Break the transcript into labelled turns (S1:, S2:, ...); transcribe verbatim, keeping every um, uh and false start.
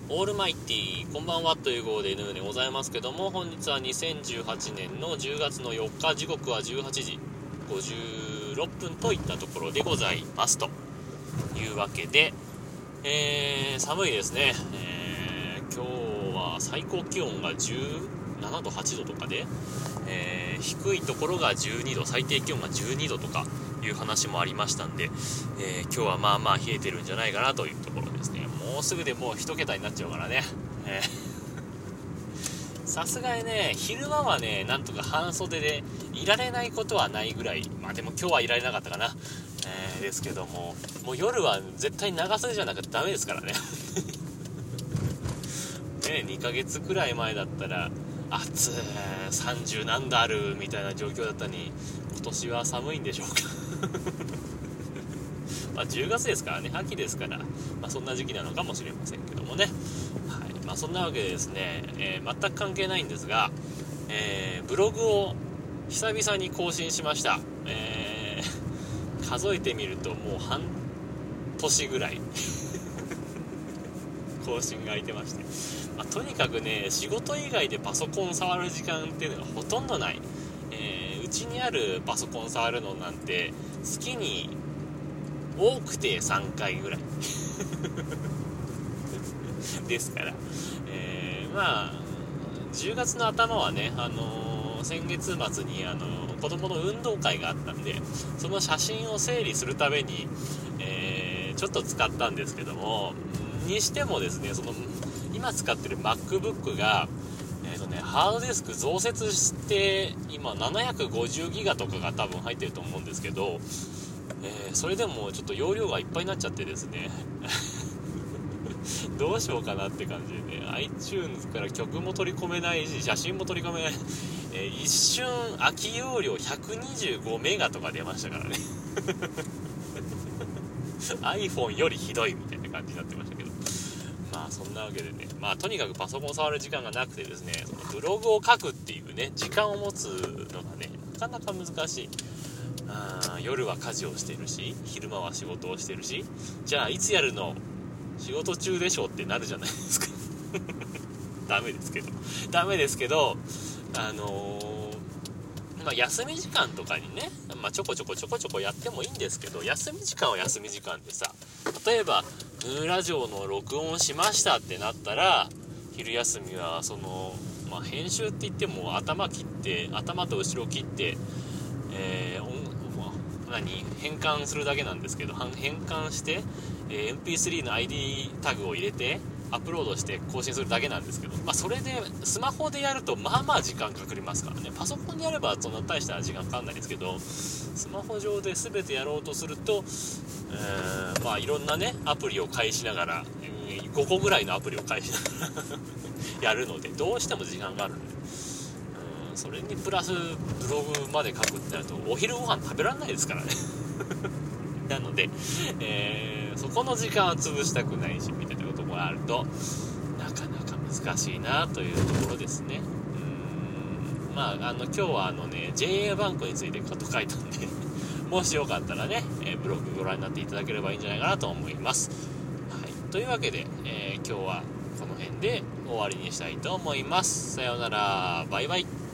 S1: オールマイティーこんばんはという号で N でございますけども、本日はにせんじゅうはちねんのじゅうがつのよっか、時刻はじゅうはちじごじゅうろっぷんといったところでございますというわけで、えー、寒いですね、えー、今日は最高気温がじゅうななどはちどとかで、えー、低いところがじゅうにど、最低気温がじゅうにどとかいう話もありましたんで、えー、今日はまあまあ冷えてるんじゃないかなというところですね。もうすぐでもう一桁になっちゃうからね、えー、さすがにね昼間はねなんとか半袖でいられないことはないぐらい、まあでも今日はいられなかったかな、えー、ですけども、もう夜は絶対長袖じゃなくてダメですからねね、にかげつくらい前だったら暑いさんじゅうなんどあるみたいな状況だったのに、今年は寒いんでしょうかまあじゅうがつですからね、秋ですから、まあ、そんな時期なのかもしれませんけどもね、はい、まあ、そんなわけでですね、えー、全く関係ないんですが、えー、ブログを久々に更新しました、えー、数えてみるともう半年ぐらい更新が空いてまして、まあ、とにかくね仕事以外でパソコン触る時間っていうのがほとんどない。えー、うちにあるパソコン触るのなんて月に多くてさんかいぐらいですから、えー、まあじゅうがつの頭はね、あのー、先月末に、あのー、子供の運動会があったんで、その写真を整理するために、えー、ちょっと使ったんですけども、にしてもですね、その今使ってる MacBook が、えーとね、ハードディスク増設して今ななひゃくごじゅうギガとかが多分入ってると思うんですけど、えー、それでもちょっと容量がいっぱいになっちゃってですねどうしようかなって感じでね、 iTunes から曲も取り込めないし写真も取り込めない、えー、一瞬空き容量ひゃくにじゅうごメガとか出ましたからねiPhone よりひどいみたいな感じになってましたけど、まあそんなわけでね、まあとにかくパソコン触る時間がなくてですね、そのブログを書くっていうね時間を持つのがねなかなか難しい。あ夜は家事をしてるし昼間は仕事をしてるし、じゃあいつやるの、仕事中でしょってなるじゃないですかダメですけどダメですけどあのー、まあ休み時間とかにね、まあ、ちょこちょこちょこちょこやってもいいんですけど、休み時間は休み時間でさ、例えばヌーラジオの録音しましたってなったら昼休みはその、まあ、編集って言っても頭切って頭と後ろ切ってえー、音何変換するだけなんですけど、変換して、えー、エムピースリー の アイディー タグを入れてアップロードして更新するだけなんですけど、まあ、それでスマホでやるとまあまあ時間かかりますからね。パソコンでやればそんな大した時間かかんないですけど、スマホ上で全てやろうとすると、えー、まあいろんなねアプリを介しながら、えー、ごこぐらいのアプリを介しながらやるのでどうしても時間があるんで、それにプラスブログまで書くってなるとお昼ご飯食べられないですからねなので、えー、そこの時間は潰したくないしみたいなこともあるとなかなか難しいなというところですね。うーんまああの今日はあのね ジェイエー バンクについてこと書いたんでもしよかったらね、えー、ブログご覧になっていただければいいんじゃないかなと思います。はい、というわけで、えー、今日はこの辺で終わりにしたいと思います。さようなら、バイバイ。